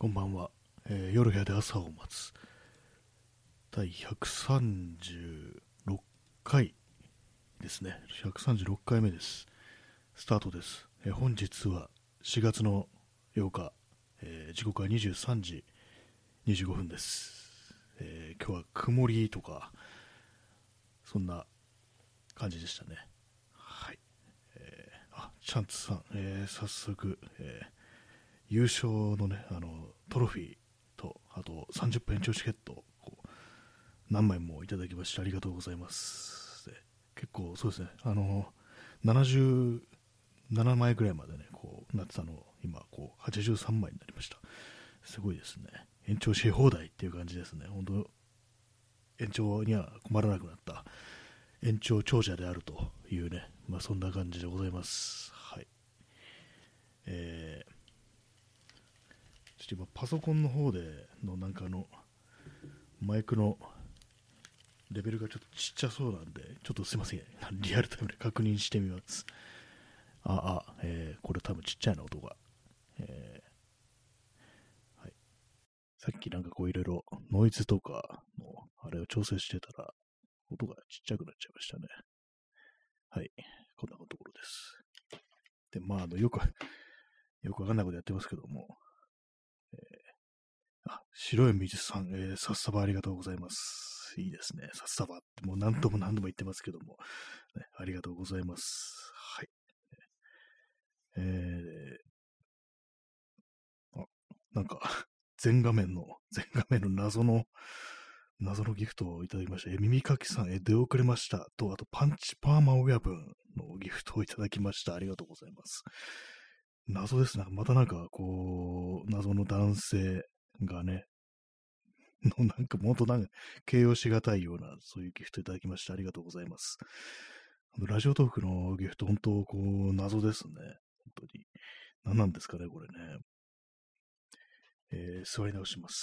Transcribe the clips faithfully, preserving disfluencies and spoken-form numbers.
こんばんは、えー夜部屋で朝を待つ第ひゃくさんじゅうろっかいですね。ひゃくさんじゅうろっかいめです。スタートです。えー本日はしがつのようか、えー時刻はにじゅうさんじにじゅうごふんです。えー今日は曇りとかそんな感じでしたね。はい。えーあ、チャンツさん、えー早速、えー優勝のね、あのトロフィーと、あとさんじゅっぷん延長チケットをこう何枚もいただきましてありがとうございます。で結構そうですね、あのななじゅうななまいぐらいまでね、こうなってたのを今こうはちじゅうさんまいになりました。すごいですね。延長し放題っていう感じですね。本当延長には困らなくなった延長長者であるというね、まあそんな感じでございます。はい。えー、ちょっと今パソコンの方でのなんかあのマイクのレベルがちょっとちっちゃそうなんで、ちょっとすいません、リアルタイムで確認してみます。あ、あ、えー、これ多分ちっちゃいな、音が。えーはい、さっきなんかこういろいろノイズとかのあれを調整してたら、音がちっちゃくなっちゃいましたね。はい、こんなところです。で、まあ、あのよく、よくわかんないことやってますけども、えー、あ、白い水さん、えー、さっさばありがとうございます。いいですね。さっさばってもう何度も何度も言ってますけども、ね、ありがとうございます。はい。えー、あ、なんか全画面の、全画面の謎の、謎のギフトをいただきました。え、耳かきさん、え、出遅れました。と、あと、パンチパーマ親分のギフトをいただきました。ありがとうございます。謎ですね。またなんか、こう、謎の男性がね、のなんか、もっとなんか、形容しがたいような、そういうギフトいただきまして、ありがとうございます。あのラジオトークのギフト、本当、こう、謎ですね。本当に。何なんですかね、これね。えー座り直します。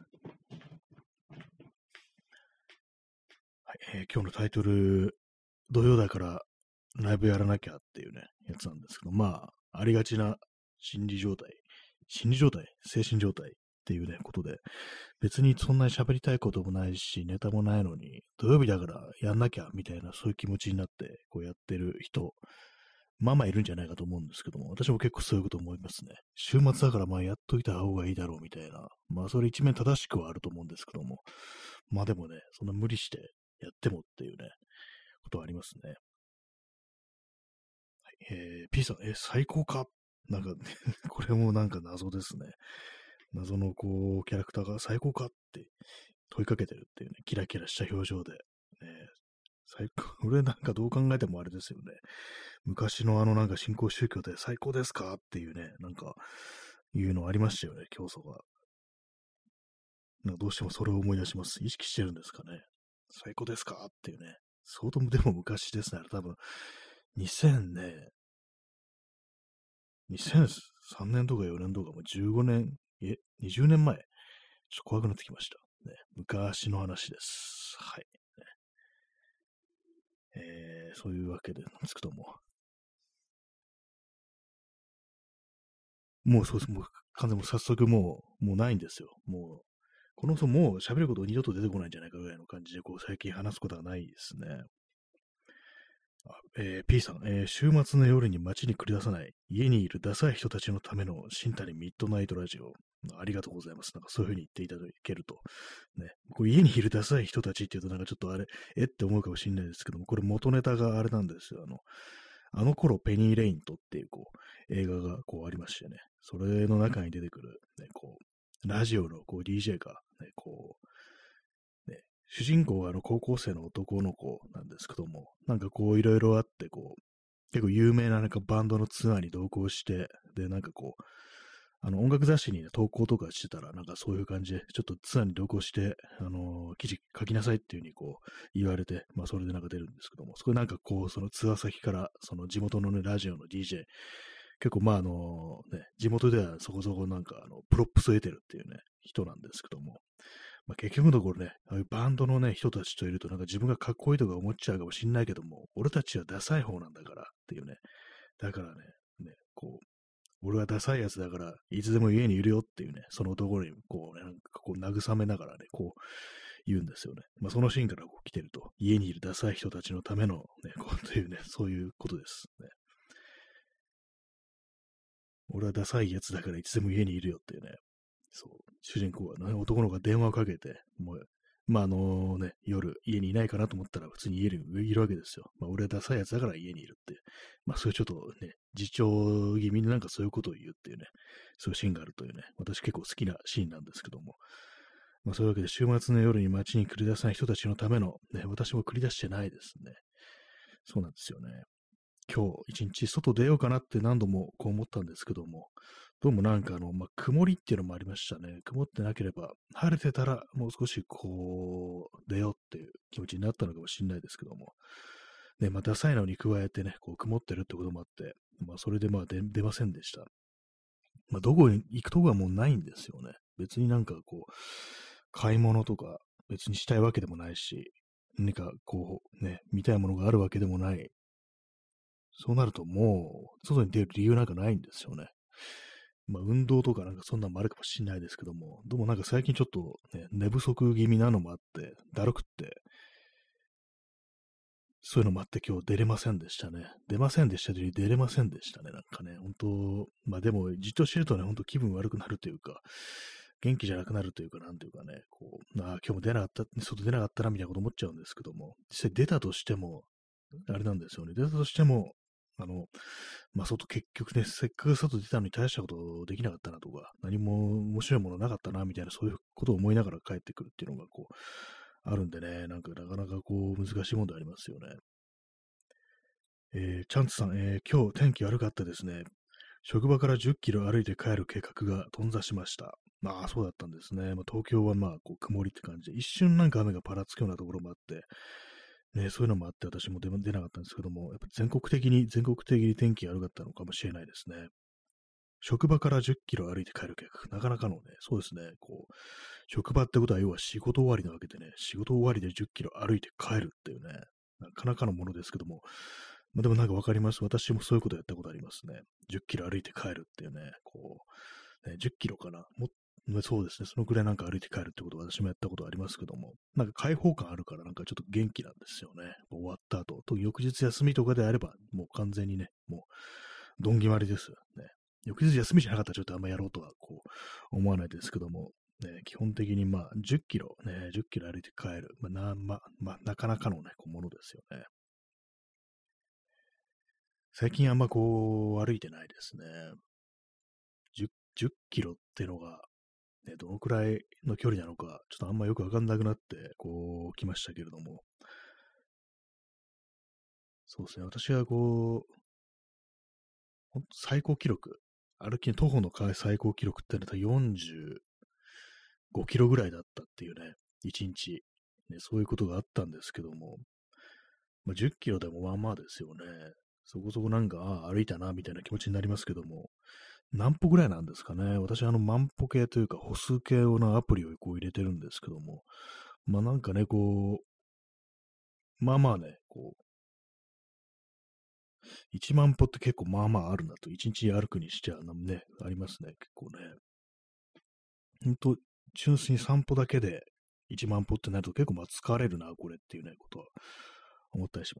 はい、えー今日のタイトル、土曜だからライブやらなきゃっていうね、やつなんですけど、まあ、ありがちな心理状態、心理状態、精神状態っていうね、ことで、別にそんなに喋りたいこともないし、ネタもないのに、土曜日だからやんなきゃみたいな、そういう気持ちになって、こうやってる人、まあまあいるんじゃないかと思うんですけども、私も結構そういうこと思いますね。週末だからまあやっといた方がいいだろうみたいな、まあそれ一面正しくはあると思うんですけども、まあでもね、そんな無理してやってもっていうね、ことはありますね。はい、えー、P さん、え、最高かなんかこれもなんか謎ですね。謎のこう、キャラクターが最高かって問いかけてるっていうね、キラキラした表情で。ね、最高、これなんかどう考えてもあれですよね。昔のあのなんか新興宗教で最高ですかっていうね、なんか、いうのありましたよね、教祖が。なんかどうしてもそれを思い出します。意識してるんですかね。最高ですかっていうね。相当でも昔ですね。多分、にせんね、にせんさんねんとかよねんとかもうじゅうごねん、え、にじゅうねんまえ。ちょっと怖くなってきました。ね、昔の話です。はい。えー、そういうわけでなんですけども。もうそうです。もう完全に早速もう、もうないんですよ。もう、この人もう喋ること二度と出てこないんじゃないかぐらいの感じで、こう最近話すことがないですね。あえー P さん、えー週末の夜に街に繰り出さない、家にいるダサい人たちのための新谷ミッドナイトラジオ。ありがとうございます。なんかそういうふうに言っていただけると。ね、こう家にいるダサい人たちっていうとなんかちょっとあれ、えって思うかもしれないですけども、これ元ネタがあれなんですよ。あの、あの頃ペニー・レイントっていうこう映画がこうありましてね、それの中に出てくる、ね、こう、ラジオのこう ディージェー が、ね、こう、ね、主人公があの高校生の男の子なんですけども、なんかこういろいろあって、こう、結構有名ななんかバンドのツアーに同行して、で、なんかこう、あの音楽雑誌に、ね、投稿とかしてたら、なんかそういう感じで、ちょっとツアーに同行して、あのー記事書きなさいっていうふうにこう言われて、まあそれでなんか出るんですけども、そこでなんかこう、そのツアー先から、その地元のね、ラジオの ディージェー、結構まああのね、地元ではそこそこなんかあの、プロップスを得てるっていうね、人なんですけども、まあ、結局のところね、ああいうバンドのね、人たちといると、なんか自分がかっこいいとか思っちゃうかもしんないけども、俺たちはダサい方なんだからっていうね、だからね、ね、こう、 俺はダサいやつだから、いつでも家にいるよっていうね、その男に、こうね、なんかこう慰めながらね、こう言うんですよね。まあ、そのシーンからこう来てると、家にいるダサい人たちのためのね、こうというね、そういうことですね。俺はダサいやつだからいつでも家にいるよっていうね、そう、主人公はね、男の子が電話をかけて、もう、まあ、あのね、夜家にいないかなと思ったら普通に家にいるわけですよ。まあ、俺はダサいやつだから家にいるって。まあ、そういうちょっとね、自重気味になんかそういうことを言うっていうね、そういうシーンがあるというね、私結構好きなシーンなんですけども。まあ、そういうわけで週末の夜に街に繰り出さない人たちのための、ね、私も繰り出してないですね。そうなんですよね。今日一日外出ようかなって何度もこう思ったんですけども、どうもなんかあの、まあ、曇りっていうのもありましたね。曇ってなければ、晴れてたらもう少しこう、出ようっていう気持ちになったのかもしれないですけども、ね、まあ、ダサいのに加えてね、こう曇ってるってこともあって、まあ、それでまあ出、出ませんでした。まあ、どこに行くとこはもうないんですよね。別になんかこう、買い物とか別にしたいわけでもないし、何かこうね、見たいものがあるわけでもない。そうなるともう、外に出る理由なんかないんですよね。まあ、運動とかなんかそんなんもあるかもしれないですけども、でもなんか最近ちょっとね、寝不足気味なのもあって、だるくって、そういうのもあって今日出れませんでしたね。出ませんでしたというより出れませんでしたね。なんかね、本当まあでもじっとしてるとね、本当気分悪くなるというか、元気じゃなくなるというか、なんていうかね、こう、ああ、今日も出なかった、外出なかったなみたいなこと思っちゃうんですけども、実際出たとしても、あれなんですよね。出たとしても、あの、まあ、外結局ね、せっかく外出たのに大したことできなかったなとか、何も面白いものなかったな、みたいな、そういうことを思いながら帰ってくるっていうのが、こう、あるんでね、なんかなかなかこう、難しいもんでありますよね。えー、チャンツさん、えー今日天気悪かったですね。職場からじゅっキロ歩いて帰る計画が頓挫しました。まあ、そうだったんですね。まあ、東京はまあ、こう、曇りって感じで、一瞬なんか雨がぱらつくようなところもあって、ね、そういうのもあって私も出出なかったんですけども、やっぱ全国的に、全国的に天気が悪かったのかもしれないですね。職場からじゅっキロ歩いて帰る計画。なかなかのね、そうですね、こう、職場ってことは要は仕事終わりなわけでね、仕事終わりでじゅっキロ歩いて帰るっていうね、なかなかのものですけども、まあ、でもなんかわかります。私もそういうことやったことありますね。じゅっキロ歩いて帰るっていうね、こう、ね、じゅっキロかな。もまあそうですね。そのくらいなんか歩いて帰るってことは私もやったことありますけども、なんか開放感あるからなんかちょっと元気なんですよね。終わった後。と翌日休みとかであれば、もう完全にね、もう、どん決まりですよね。翌日休みじゃなかったらちょっとあんまやろうとはこう思わないですけども、ね、基本的にまあじゅっキロ、ね、じゅっキロ歩いて帰る。まあな、ま、まあ、なかなかのね、こうものですよね。最近あんまこう歩いてないですね。じゅう、じゅっキロってのが、ね、どのくらいの距離なのか、ちょっとあんまよくわかんなくなって、こう、来ましたけれども。そうですね、私はこう、ほんと最高記録、歩き、徒歩の最高記録ってのはよんじゅうごキロぐらいだったっていうね、いちにち、ね、そういうことがあったんですけども、まあ、じゅっキロでもまあまあですよね。そこそこなんか、ああ、歩いたな、みたいな気持ちになりますけども、何歩ぐらいなんですかね。私、あの、万歩計というか、歩数計のアプリをこう入れてるんですけども、まあなんかね、こう、まあまあね、こう、いちまん歩って結構まあまああるなと、いちにち歩くにしちゃね、ありますね、結構ね。ほんと、純粋に散歩だけでいちまん歩ってなると結構まあ疲れるな、これっていうね、ことは思ったりします。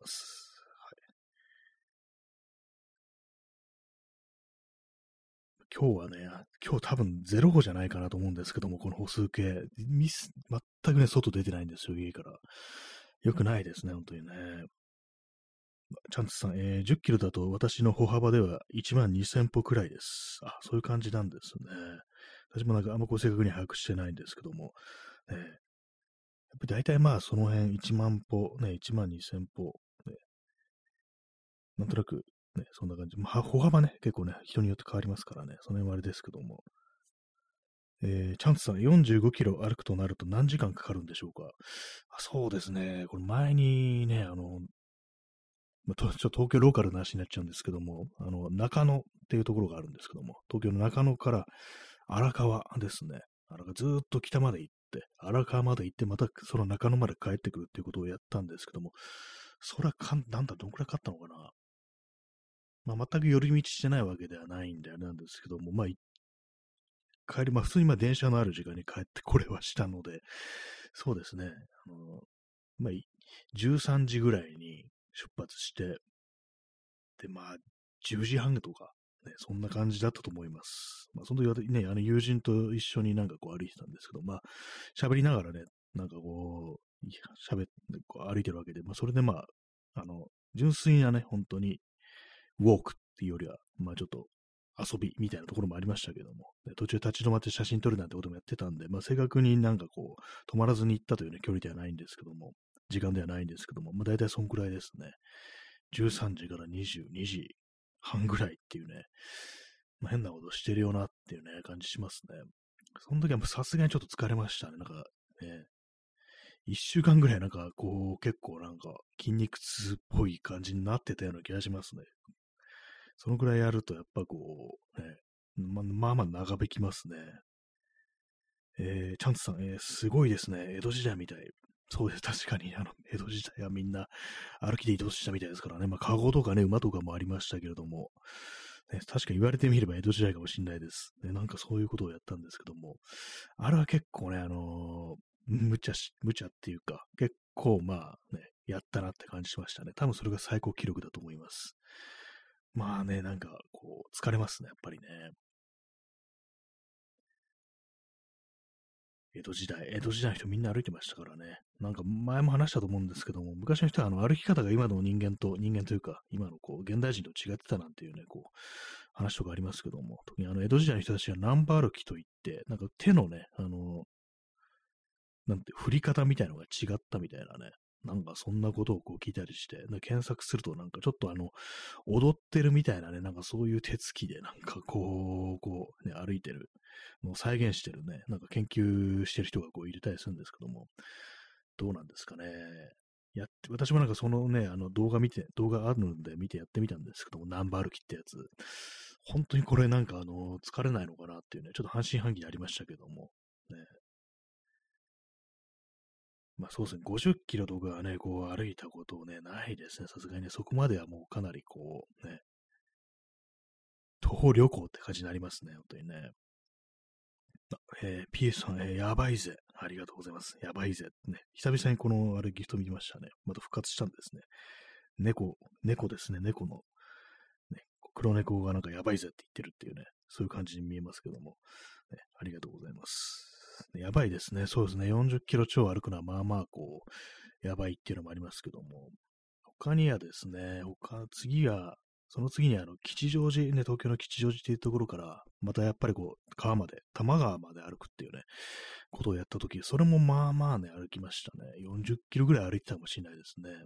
今日はね、今日多分ゼロ歩じゃないかなと思うんですけども、この歩数計、ミス、全くね、外出てないんですよ、家から。よくないですね、本当にね。チャンツさん、えー、じゅっキロだと私の歩幅ではいちまんにせん歩くらいです。あ、そういう感じなんですね。私もなんかあんまこう正確に把握してないんですけども、ね、やっぱり大体まあその辺いちまん歩、ね、いちまんにせん歩、ね、なんとなく、ね、そんな感じ。まあ、歩幅ね、結構ね、人によって変わりますからね、その辺はあれですけども、えー、チャンツさん、よんじゅうごキロ歩くとなると何時間かかるんでしょうか。あ、そうですね。これ前にね、あの、まあ、とちょっと東京ローカルな話になっちゃうんですけども、あの、中野っていうところがあるんですけども、東京の中野から荒川ですね。荒川ずーっと北まで行って、荒川まで行って、またその中野まで帰ってくるっていうことをやったんですけども、それはかん、なんだ、どんくらいかかったのかな。 まあ、全く寄り道してないわけではないんであれなんですけども、まあ、帰り、まあ、普通にまあ電車のある時間に帰ってこれはしたので、そうですね、あの、まあ、じゅうさんじぐらいに出発して、で、まあ、じゅうじはんとか、ね、そんな感じだったと思います。まあ、その時ね、あの友人と一緒になんかこう歩いてたんですけど、まあ、喋りながらね、なんかこう、喋って、こう歩いてるわけで、まあ、それでまあ、あの、純粋なね、本当に、ウォークっていうよりは、まあちょっと遊びみたいなところもありましたけども、ね、途中立ち止まって写真撮るなんてこともやってたんで、まあ正確になんかこう、止まらずに行ったというね、距離ではないんですけども、時間ではないんですけども、まあ大体そんくらいですね。じゅうさんじからにじゅうにじはんぐらいっていうね、まあ、変なことしてるよなっていうね、感じしますね。その時はもうさすがにちょっと疲れましたね。なんかね、一週間ぐらいなんかこう、結構なんか筋肉痛っぽい感じになってたような気がしますね。そのくらいやると、やっぱこう、ね、ま、まあまあ長引きますね。えー、チャンツさん、えー、すごいですね。江戸時代みたい。そうです。確かに、あの、江戸時代はみんな歩きで移動したみたいですからね。まあ、カゴとかね、馬とかもありましたけれども、ね、確かに言われてみれば江戸時代かもしれないです。ね、なんかそういうことをやったんですけども、あれは結構ね、あのー無茶し、無茶っていうか、結構まあね、やったなって感じしましたね。多分それが最高記録だと思います。まあね、なんかこう、疲れますね、やっぱりね。江戸時代、江戸時代の人みんな歩いてましたからね。なんか前も話したと思うんですけども、昔の人はあの歩き方が今の人間と、人間というか、今のこう、現代人と違ってたなんていうね、こう、話とかありますけども、特にあの江戸時代の人たちはナンバ歩きといって、なんか手のね、あの、なんて、振り方みたいのが違ったみたいなね、なんかそんなことをこう聞いたりして、で検索するとなんかちょっとあの、踊ってるみたいなね、なんかそういう手つきでなんかこう、こうね、歩いてるのを再現してるね、なんか研究してる人がこういたりするんですけども、どうなんですかね。やって、私もなんかそのね、あの動画見て、動画あるんで見てやってみたんですけども、ナンバ歩きってやつ。本当にこれなんかあの、疲れないのかなっていうね、ちょっと半信半疑でありましたけども、ね、まあそうですね、ごじゅっキロとかね、こう歩いたことね、ないですね。さすがにね、そこまではもうかなりこう、ね、徒歩旅行って感じになりますね、本当にね。えー、ピーエス さん、えーやばいぜ。ありがとうございます。やばいぜ。ね、久々にこの、あれ、ギフト見ましたね。また復活したんですね。猫、猫ですね、猫の、ね、黒猫がなんかやばいぜって言ってるっていうね、そういう感じに見えますけども、ね、ありがとうございます。やばいですね。そうですね。よんじゅっキロ超歩くのはまあまあこう、やばいっていうのもありますけども、他にはですね、他、次は、その次にあの、吉祥寺、ね、東京の吉祥寺っていうところから、またやっぱりこう、川まで、多摩川まで歩くっていうね、ことをやったとき、それもまあまあね、歩きましたね。よんじゅっキロぐらい歩いてたかもしれないですね。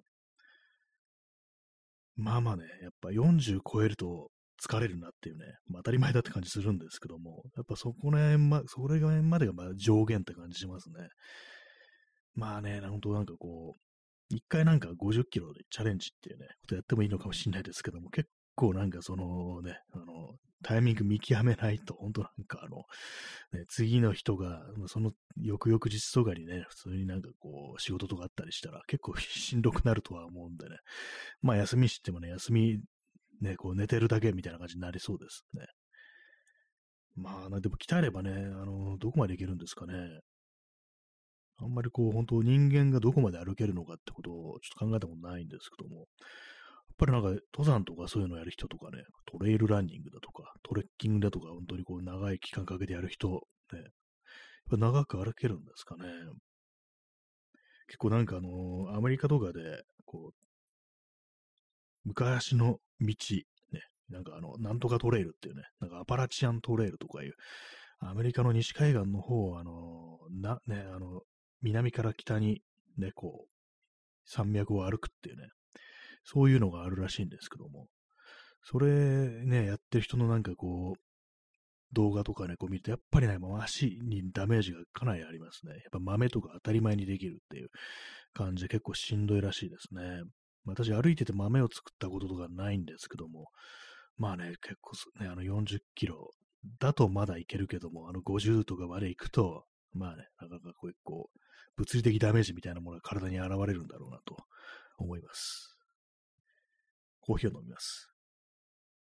まあまあね、やっぱよんじゅう超えると疲れるなっていうね、まあ当たり前だって感じするんですけども、やっぱそこら辺ま、それ辺までがまあ上限って感じしますね。まあね、本当なんかこう、一回なんかごじゅっキロでチャレンジっていうね、ことやってもいいのかもしれないですけども、結構なんかそのね、あの、タイミング見極めないと、本当なんかあの、ね、次の人が、その翌々日とかにね、普通になんかこう、仕事とかあったりしたら、結構しんどくなるとは思うんでね、まあ休みしてもね、休み、ね、こう寝てるだけみたいな感じになりそうですね。まあ、でも鍛えればね、あの、どこまでいけるんですかね。あんまりこう、本当人間がどこまで歩けるのかってことをちょっと考えたことないんですけども、やっぱりなんか登山とかそういうのをやる人とかね、トレイルランニングだとか、トレッキングだとか、本当にこう長い期間かけてやる人、ね、やっぱ長く歩けるんですかね。結構なんかあの、アメリカとかで、こう、昔の道、ね、なんかあの、なんとかトレイルっていうね、なんかアパラチアントレイルとかいう、アメリカの西海岸の方、あの、な、ね、あの、南から北に、ね、こう、山脈を歩くっていうね、そういうのがあるらしいんですけども、それね、やってる人のなんかこう、動画とかね、こう見ると、やっぱりね、もう足にダメージがかなりありますね。やっぱ豆とか当たり前にできるっていう感じで結構しんどいらしいですね。私歩いてて豆を作ったこととかないんですけども、まあね、結構ね、あのよんじゅっキロだとまだいけるけども、あのごじゅうとかまで行くと、まあね、なかなかこう、こう物理的ダメージみたいなものが体に現れるんだろうなと思います。コーヒーを飲みます。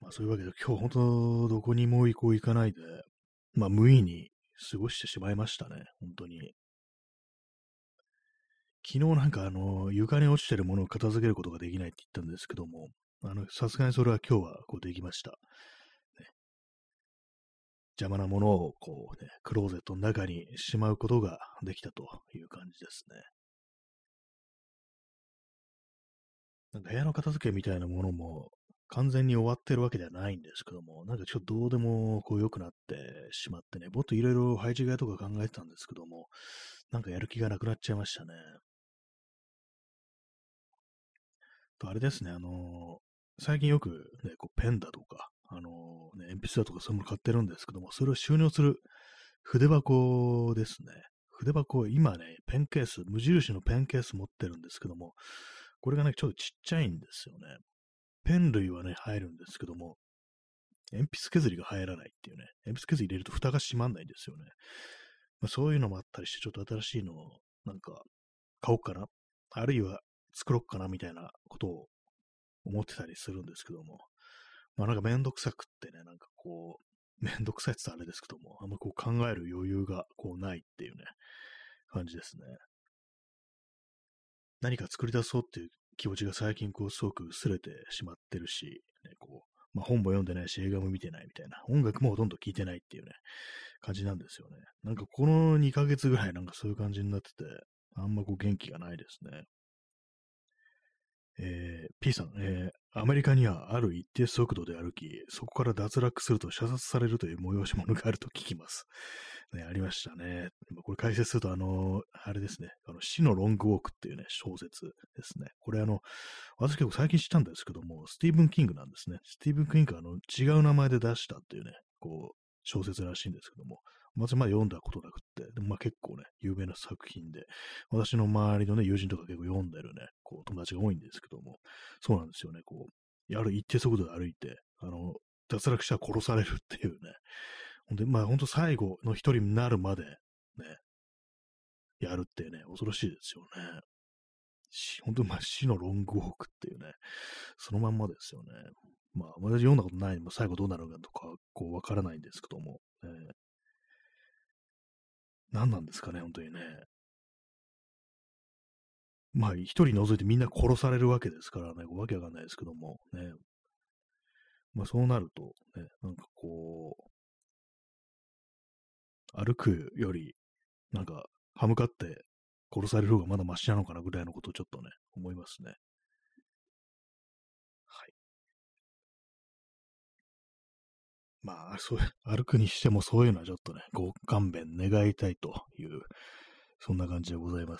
まあ、そういうわけで、今日本当どこにも行こう行かないで、まあ、無意に過ごしてしまいましたね、本当に。昨日なんかあの、床に落ちてるものを片付けることができないって言ったんですけども、あの、さすがにそれは今日はこうできました。ね、邪魔なものをこうね、クローゼットの中にしまうことができたという感じですね。なんか部屋の片付けみたいなものも完全に終わってるわけではないんですけども、なんかちょっとどうでもこう良くなってしまってね、もっといろいろ配置換えとか考えてたんですけども、なんかやる気がなくなっちゃいましたね。と、あれですね、あのー最近よくね、こうペンだとか、あのーね、鉛筆だとかそういうもの買ってるんですけども、それを収納する筆箱ですね。筆箱、今ね、ペンケース、無印のペンケース持ってるんですけども、これがね、ちょっとちっちゃいんですよね。ペン類はね、入るんですけども、鉛筆削りが入らないっていうね、鉛筆削り入れると蓋が閉まんないんですよね。まあ、そういうのもあったりして、ちょっと新しいのをなんか買おうかな、あるいは作ろうかなみたいなことを思ってたりするんですけども、まあなんかめんどくさくってね、なんかこう、めんどくさいって言ったらあれですけども、あんまこう考える余裕がこうないっていうね、感じですね。何か作り出そうっていう気持ちが最近こうすごく薄れてしまってるし、ね、こう、まあ、本も読んでないし映画も見てないみたいな、音楽もほとんど聴いてないっていうね、感じなんですよね。なんかこのにかげつぐらいなんかそういう感じになってて、あんまこう元気がないですね。えー、P さん、えー、アメリカにはある一定速度で歩き、そこから脱落すると射殺されるという催し物があると聞きます。ね、ありましたね。これ解説すると、あの、あれですね、あの死のロングウォークっていうね、小説ですね。これあの、私結構最近知ったんですけども、スティーブン・キングなんですね。スティーブン・キングがあの違う名前で出したっていうね、こう、小説らしいんですけども、まずまあ読んだことなくって、でもまあ結構ね、有名な作品で、私の周りのね、友人とか結構読んでるね、こう、友達が多いんですけども、そうなんですよね、こう、ある一定速度で歩いて、あの、脱落したら殺されるっていうね、ほんで、まあ本当最後の一人になるまで、ね、やるってね、恐ろしいですよね。し本当にまあ死のロングウォークっていうね、そのまんまですよね。まあ、私読んだことないんで、最後どうなるのかとか、こう、わからないんですけども、えー何なんですかね、本当にね。まあ、一人除いてみんな殺されるわけですからね、わけわかんないですけども、ね。まあ、そうなると、ね、なんかこう、歩くより、なんか、歯向かって殺される方がまだマシなのかなぐらいのことをちょっとね、思いますね。はい。まあ、そういう、歩くにしてもそういうのはちょっとね、ご勘弁願いたいという、そんな感じでございます。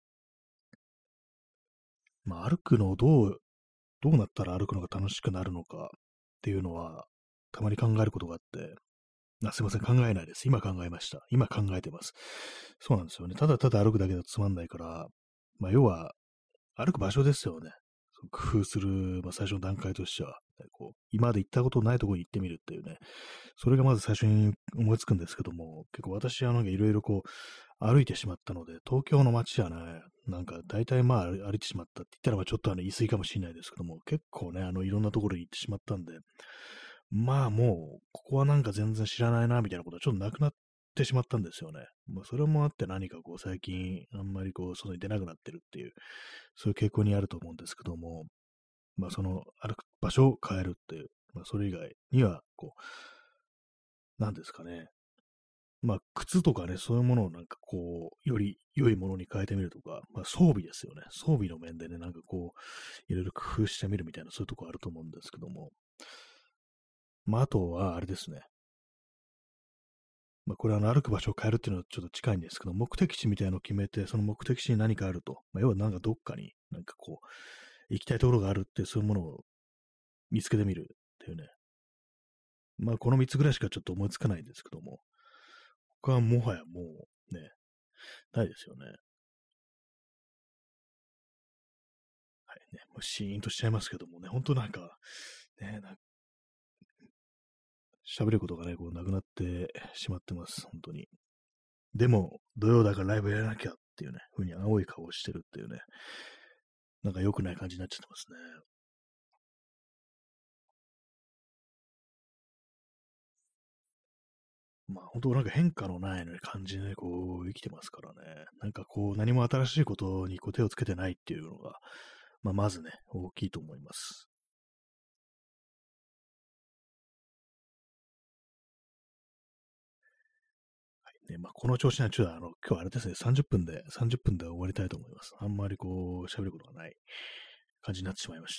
まあ、歩くのをどう、どうなったら歩くのが楽しくなるのかっていうのは、たまに考えることがあって、あ、すいません、考えないです。今考えました。今考えてます。そうなんですよね。ただただ歩くだけだとつまんないから、まあ、要は、歩く場所ですよね。工夫する、まあ、最初の段階としては、ね、こう今まで行ったことないところに行ってみるっていうね、それがまず最初に思いつくんですけども、結構私はなんかいろいろこう、歩いてしまったので、東京の街はね、なんか大体まあ歩いてしまったって言ったらまあちょっとあの言い過ぎかもしれないですけども、結構ね、あのいろんなところに行ってしまったんで、まあもう、ここはなんか全然知らないな、みたいなことはちょっとなくなってしまったんですよね。まあそれもあって何かこう最近あんまりこう外に出なくなってるっていう、そういう傾向にあると思うんですけども、まあその歩く場所を変えるっていう、まあそれ以外には、こう、なんですかね。まあ靴とかね、そういうものをなんかこう、より良いものに変えてみるとか、まあ装備ですよね。装備の面でね、なんかこう、いろいろ工夫してみるみたいな、そういうとこあると思うんですけども、まああとはあれですね。まあ、これはあの歩く場所を変えるっていうのはちょっと近いんですけど、目的地みたいなのを決めて、その目的地に何かあると。まあ、要はなんかどっかに、なんかこう、行きたいところがあるって、そういうものを見つけてみるっていうね。まあ、このみっつぐらいしかちょっと思いつかないんですけども、他はもはやもうね、ないですよね。はいね。もうシーンとしちゃいますけどもね、本当なんか、ね、なんか喋ることがね、こうなくなってしまってます、本当に。でも、土曜だからライブやらなきゃっていうね、ふうに青い顔をしてるっていうね、なんか良くない感じになっちゃってますね。 まあ、本当なんか変化のないね、感じでね、こう、生きてますからね。なんかこう、何も新しいことにこう手をつけてないっていうのが、まあ、まずね、大きいと思います。ね、まあ、この調子にはちょっとあの、今日あれですね、さんじゅっぷんで、さんじゅっぷんで終わりたいと思います。あんまりこう、喋ることがない感じになってしまいました。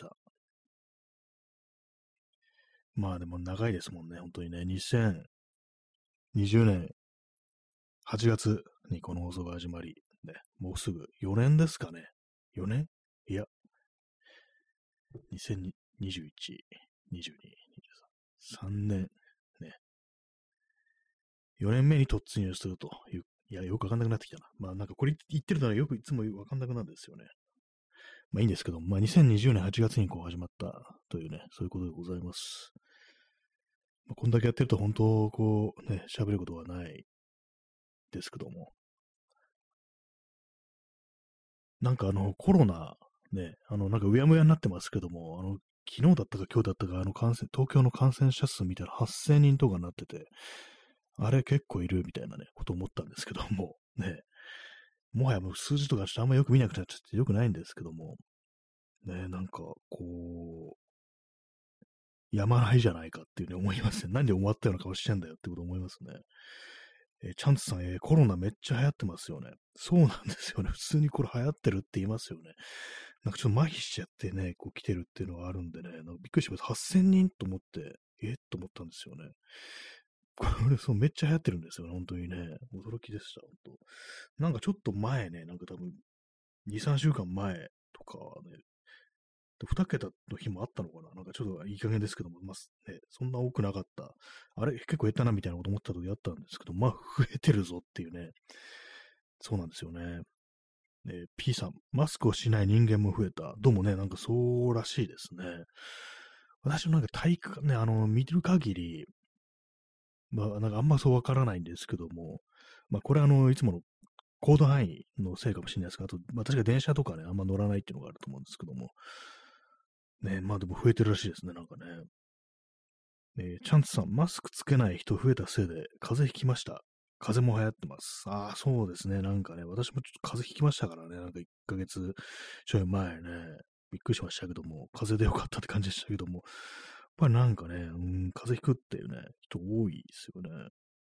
まあでも長いですもんね、本当にね。にせんにじゅうねんはちがつにこの放送が始まり、ね、もうすぐよねんですかね。よねんいや、にせんにじゅういち、にじゅうに、にじゅうさん、さんねん、ね、よねんめに突入するという、いや、よくわかんなくなってきたな。まあなんかこれ言ってるのはよくいつもわかんなくなるんですよね。まあいいんですけど、まあにせんにじゅうねんはちがつにこう始まったというね、そういうことでございます。まあ、こんだけやってると本当、こうね、喋ることはないですけども、なんかあの、コロナ、ね、あの、なんかうやむやになってますけども、あの、昨日だったか今日だったか、あの感染、東京の感染者数見たらはっせんにんとかになってて、あれ結構いるみたいなね、こと思ったんですけども、ね、もはやもう数字とかちょっとあんまよく見なくなっちゃってよくないんですけども、ね、なんか、こう、やまないじゃないかっていうね、思いますね。なんで終わったような顔してんだよってこと思いますね。えーチャンツさん、えーコロナめっちゃ流行ってますよね。そうなんですよね。普通にこれ流行ってるって言いますよね。なんかちょっと麻痺しちゃってね、こう来てるっていうのがあるんでね、なんかびっくりしました。はっせんにんと思って、えと思ったんですよね。これ、そう、めっちゃ流行ってるんですよね、本当にね。驚きでした、本当。なんかちょっと前ね、なんか多分、に、さんしゅうかんまえとかね、に桁の日もあったのかななんかちょっといい加減ですけども、まあ、ね、そんな多くなかった。あれ、結構減ったなみたいなこと思った時あったんですけど、まあ、増えてるぞっていうね。そうなんですよね。ね、P さん、マスクをしない人間も増えた。どうもね、なんかそうらしいですね。私もなんか体育館ね、あの、見てる限り、まあ、なんかあんまそうわからないんですけども、まあ、これあの、いつもの行動範囲のせいかもしれないですが、あと、私が電車とかね、あんま乗らないっていうのがあると思うんですけども、ね、まあでも増えてるらしいですね、なんかね。えーチャンツさん、マスクつけない人増えたせいで、風邪ひきました。風邪も流行ってます。ああ、そうですね。なんかね、私もちょっと風邪ひきましたからね。なんかいっかげつちょい前ね。びっくりしましたけども、風邪でよかったって感じでしたけども、やっぱりなんかね、うん、風邪ひくっていうね、人多いですよね。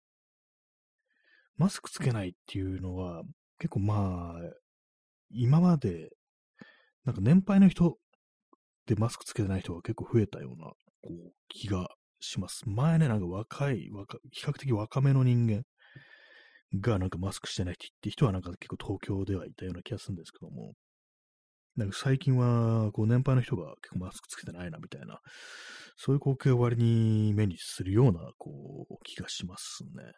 マスクつけないっていうのは、結構まあ、今まで、なんか年配の人でマスクつけてない人が結構増えたような、こう、気がします。前ね、なんか若い、若比較的若めの人間がなんかマスクしてないって人はなんか結構東京ではいたような気がするんですけども、なんか最近はこう年配の人が結構マスクつけてないなみたいな、そういう光景を割に目にするようなこう気がしますね。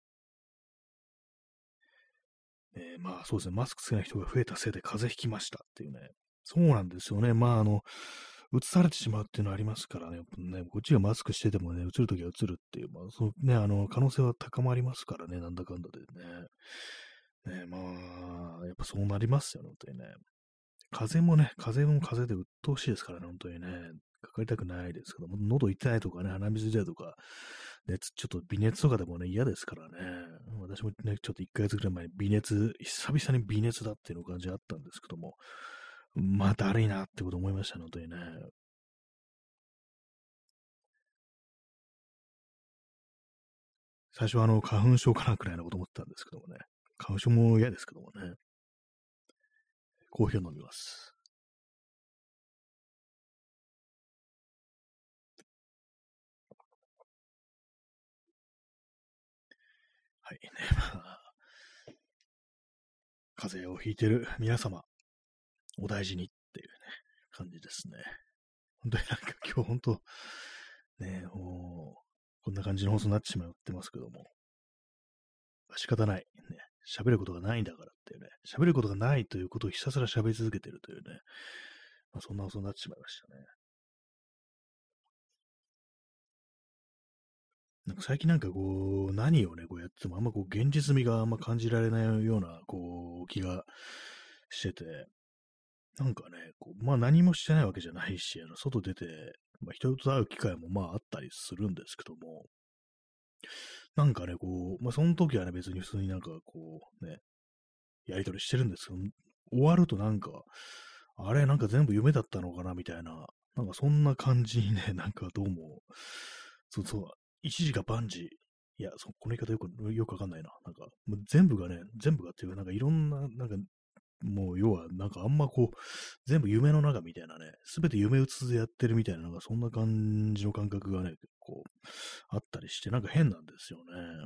えーまあそうですね、マスクつけない人が増えたせいで風邪ひきましたっていうね。そうなんですよね。まああの、移されてしまうっていうのはありますからね、やっぱね、こっちがマスクしててもね、移るときは移るっていう、まあ、そうね、あの、可能性は高まりますからね、なんだかんだでね。ね、まあ、やっぱそうなりますよね、本当にね。風邪もね、風邪も風邪で鬱陶しいですからね、本当にね。かかりたくないですけども、喉痛いとかね、鼻水痛いとか、熱、ちょっと微熱とかでもね、嫌ですからね。私もね、ちょっといっかげつぐらい前に微熱、久々に微熱だっていうの感じあったんですけども、まあ、だるいなってこと思いましたね、本当にね。最初はあの、花粉症かなくらいのこと思ったんですけどもね。花粉症も嫌ですけどもね。コーヒーを飲みます。はい。ね、まあ、風邪をひいてる皆様、お大事にっていうね、感じですね。本当になんか今日本当、ね、もう、こんな感じの放送になってしまってますけども、仕方ない。ね、喋ることがないんだからっていうね、喋ることがないということをひたすら喋り続けてるというね、まあ、そんな放送になってしまいましたね。なんか最近なんかこう、何をね、こうやってもあんまこう、現実味があんま感じられないような、こう、気がしてて、なんかね、こう、まあ何もしてないわけじゃないし、あの、外出て、まあ人と会う機会もまああったりするんですけども、 なんかね、こう、まあ、その時はね、別に普通になんかこう、ね、やりとりしてるんですけど、終わるとなんか、あれ、なんか全部夢だったのかな、みたいな、なんかそんな感じにね、なんかどうも、そうそう、一時が万事、いや、そこの言い方よく、よくわかんないな。なんか、もう全部がね、全部がっていうか、なんかいろんな、なんか、もう要は、なんかあんまこう、全部夢の中みたいなね、すべて夢うつでやってるみたいな、なんかそんな感じの感覚がね、結構あったりして、なんか変なんですよね。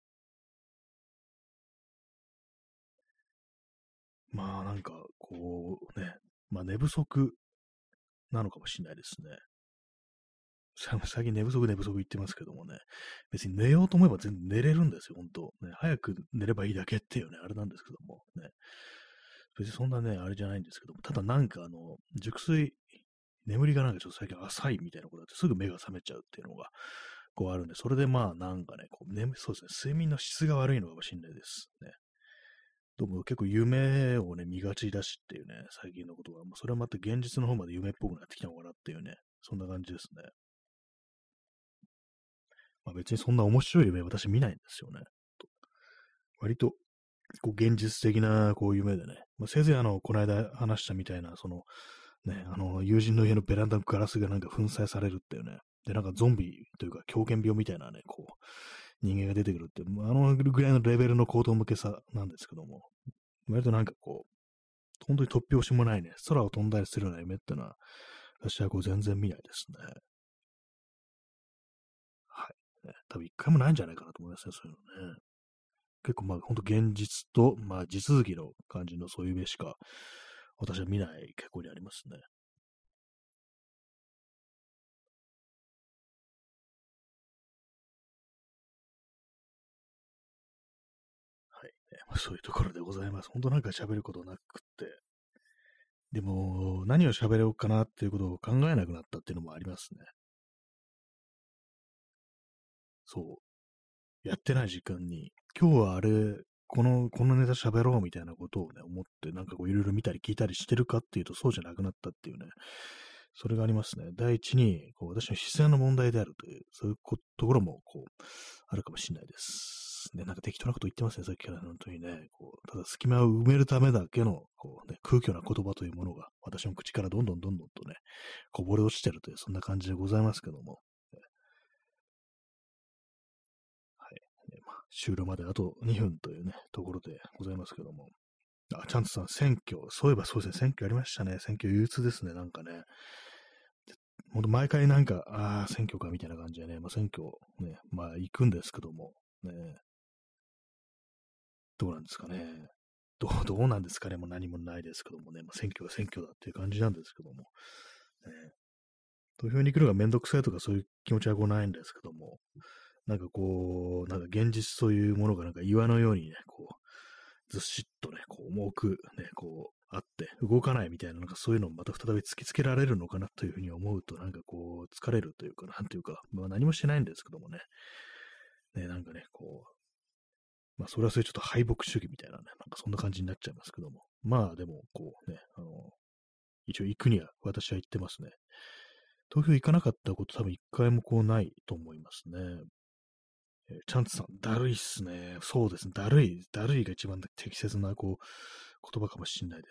まあなんか、こうね、まあ寝不足なのかもしれないですね。さ最近寝不足寝不足言ってますけどもね、別に寝ようと思えば全然寝れるんですよ、本当ね。早く寝ればいいだけっていうね、あれなんですけども、ね。別にそんなね、あれじゃないんですけども、ただなんかあの、熟睡、眠りがなんかちょっと最近浅いみたいなことあって、すぐ目が覚めちゃうっていうのが、こうあるんで、それでまあなんかね、こう眠、そうですね、睡眠の質が悪いのかもしれないです。ね。どうも結構夢をね、見がちだしっていうね、最近のことが、もうそれはまた現実の方まで夢っぽくなってきたのかなっていうね、そんな感じですね。まあ別にそんな面白い夢私見ないんですよね。割と、こう現実的なこう夢でね、まあ、せいぜいあの、この間話したみたいな、その、ね、あの、友人の家のベランダのガラスがなんか粉砕されるっていうね、で、なんかゾンビというか狂犬病みたいなね、こう、人間が出てくるっていう、あのぐらいのレベルの高等向けさなんですけども、割となんかこう、本当に突拍子もないね、空を飛んだりするような夢ってのは、私はこう全然見ないですね。はい。ね、多分一回もないんじゃないかなと思いますね、そういうのね。結構まあ本当現実と、まあ地続きの感じのそういう夢しか私は見ない傾向にありますね。はい。ねまあ、そういうところでございます。本当なんか喋ることなくって。でも、何を喋ろうかなっていうことを考えなくなったっていうのもありますね。そう。やってない時間に、今日はあれ、この、このネタ喋ろうみたいなことをね、思って、なんかこういろいろ見たり聞いたりしてるかっていうと、そうじゃなくなったっていうね、それがありますね。第一に、こう私の視線の問題であるという、そういうこところも、こう、あるかもしれないです。ね、なんか適当なこと言ってますね、さっきから本当にね。こうただ隙間を埋めるためだけの、こうね、空虚な言葉というものが、私の口からどんどんどんどんとね、こぼれ落ちてるという、そんな感じでございますけども。はい。ねまあ、終了まであとにふんというね、ところでございますけども。あ、チャンツさん、選挙、そういえばそうですね、選挙ありましたね。選挙憂鬱ですね、なんかね。ほんと毎回なんか、ああ、選挙かみたいな感じでね、まあ、選挙ね、まあ行くんですけども、ね、どうなんですかね。どう、どうなんですかね。もう何もないですけどもね、まあ、選挙は選挙だっていう感じなんですけども、ね、投票に行くのがめんどくさいとかそういう気持ちはこうないんですけども、なんかこう、なんか現実というものがなんか岩のようにね、こう、ずっしっとね、こう重くね、こう、あって動かないみたいな、なんかそういうのをまた再び突きつけられるのかなというふうに思うと、なんかこう、疲れるというか、なんていうか、まあ何もしてないんですけどもね、ね、なんかね、こう、まあそれはそれちょっと敗北主義みたいなね、なんかそんな感じになっちゃいますけども、まあでも、こうね、あの、一応行くには私は行ってますね。投票行かなかったこと多分一回もこうないと思いますね。えーチャンツさん、だるいっすね。そうですね。だるい、だるいが一番適切な、こう、言葉かもしれないです。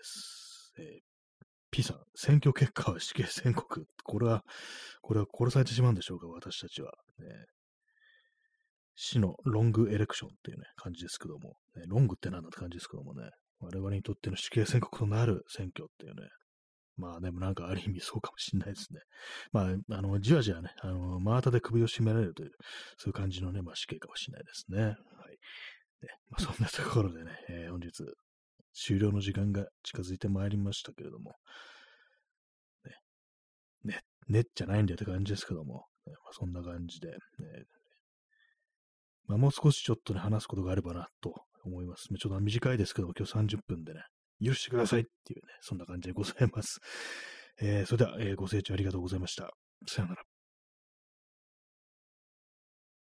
えー、P さん、選挙結果は死刑宣告。これは、これは殺されてしまうんでしょうか、私たちは。ね、死のロングエレクションっていうね、感じですけども。ね、ロングって何だって感じですけどもね。我々にとっての死刑宣告となる選挙っていうね。まあでもなんかある意味そうかもしれないですね。まあ、あの、じわじわね、あの、真綿で首を絞められるという、そういう感じのね、まあ死刑かもしれないですね。はい。ねまあ、そんなところでね、えー本日終了の時間が近づいてまいりましたけれども、ね、ね、ねじゃないんだよって感じですけども、ねまあ、そんな感じで、ねまあ、もう少しちょっとね、話すことがあればなと思います。ちょっと短いですけども、今日さんじゅっぷんでね、許してくださいっていうね、そんな感じでございます。えーそれでは、えーご清聴ありがとうございました。さよなら。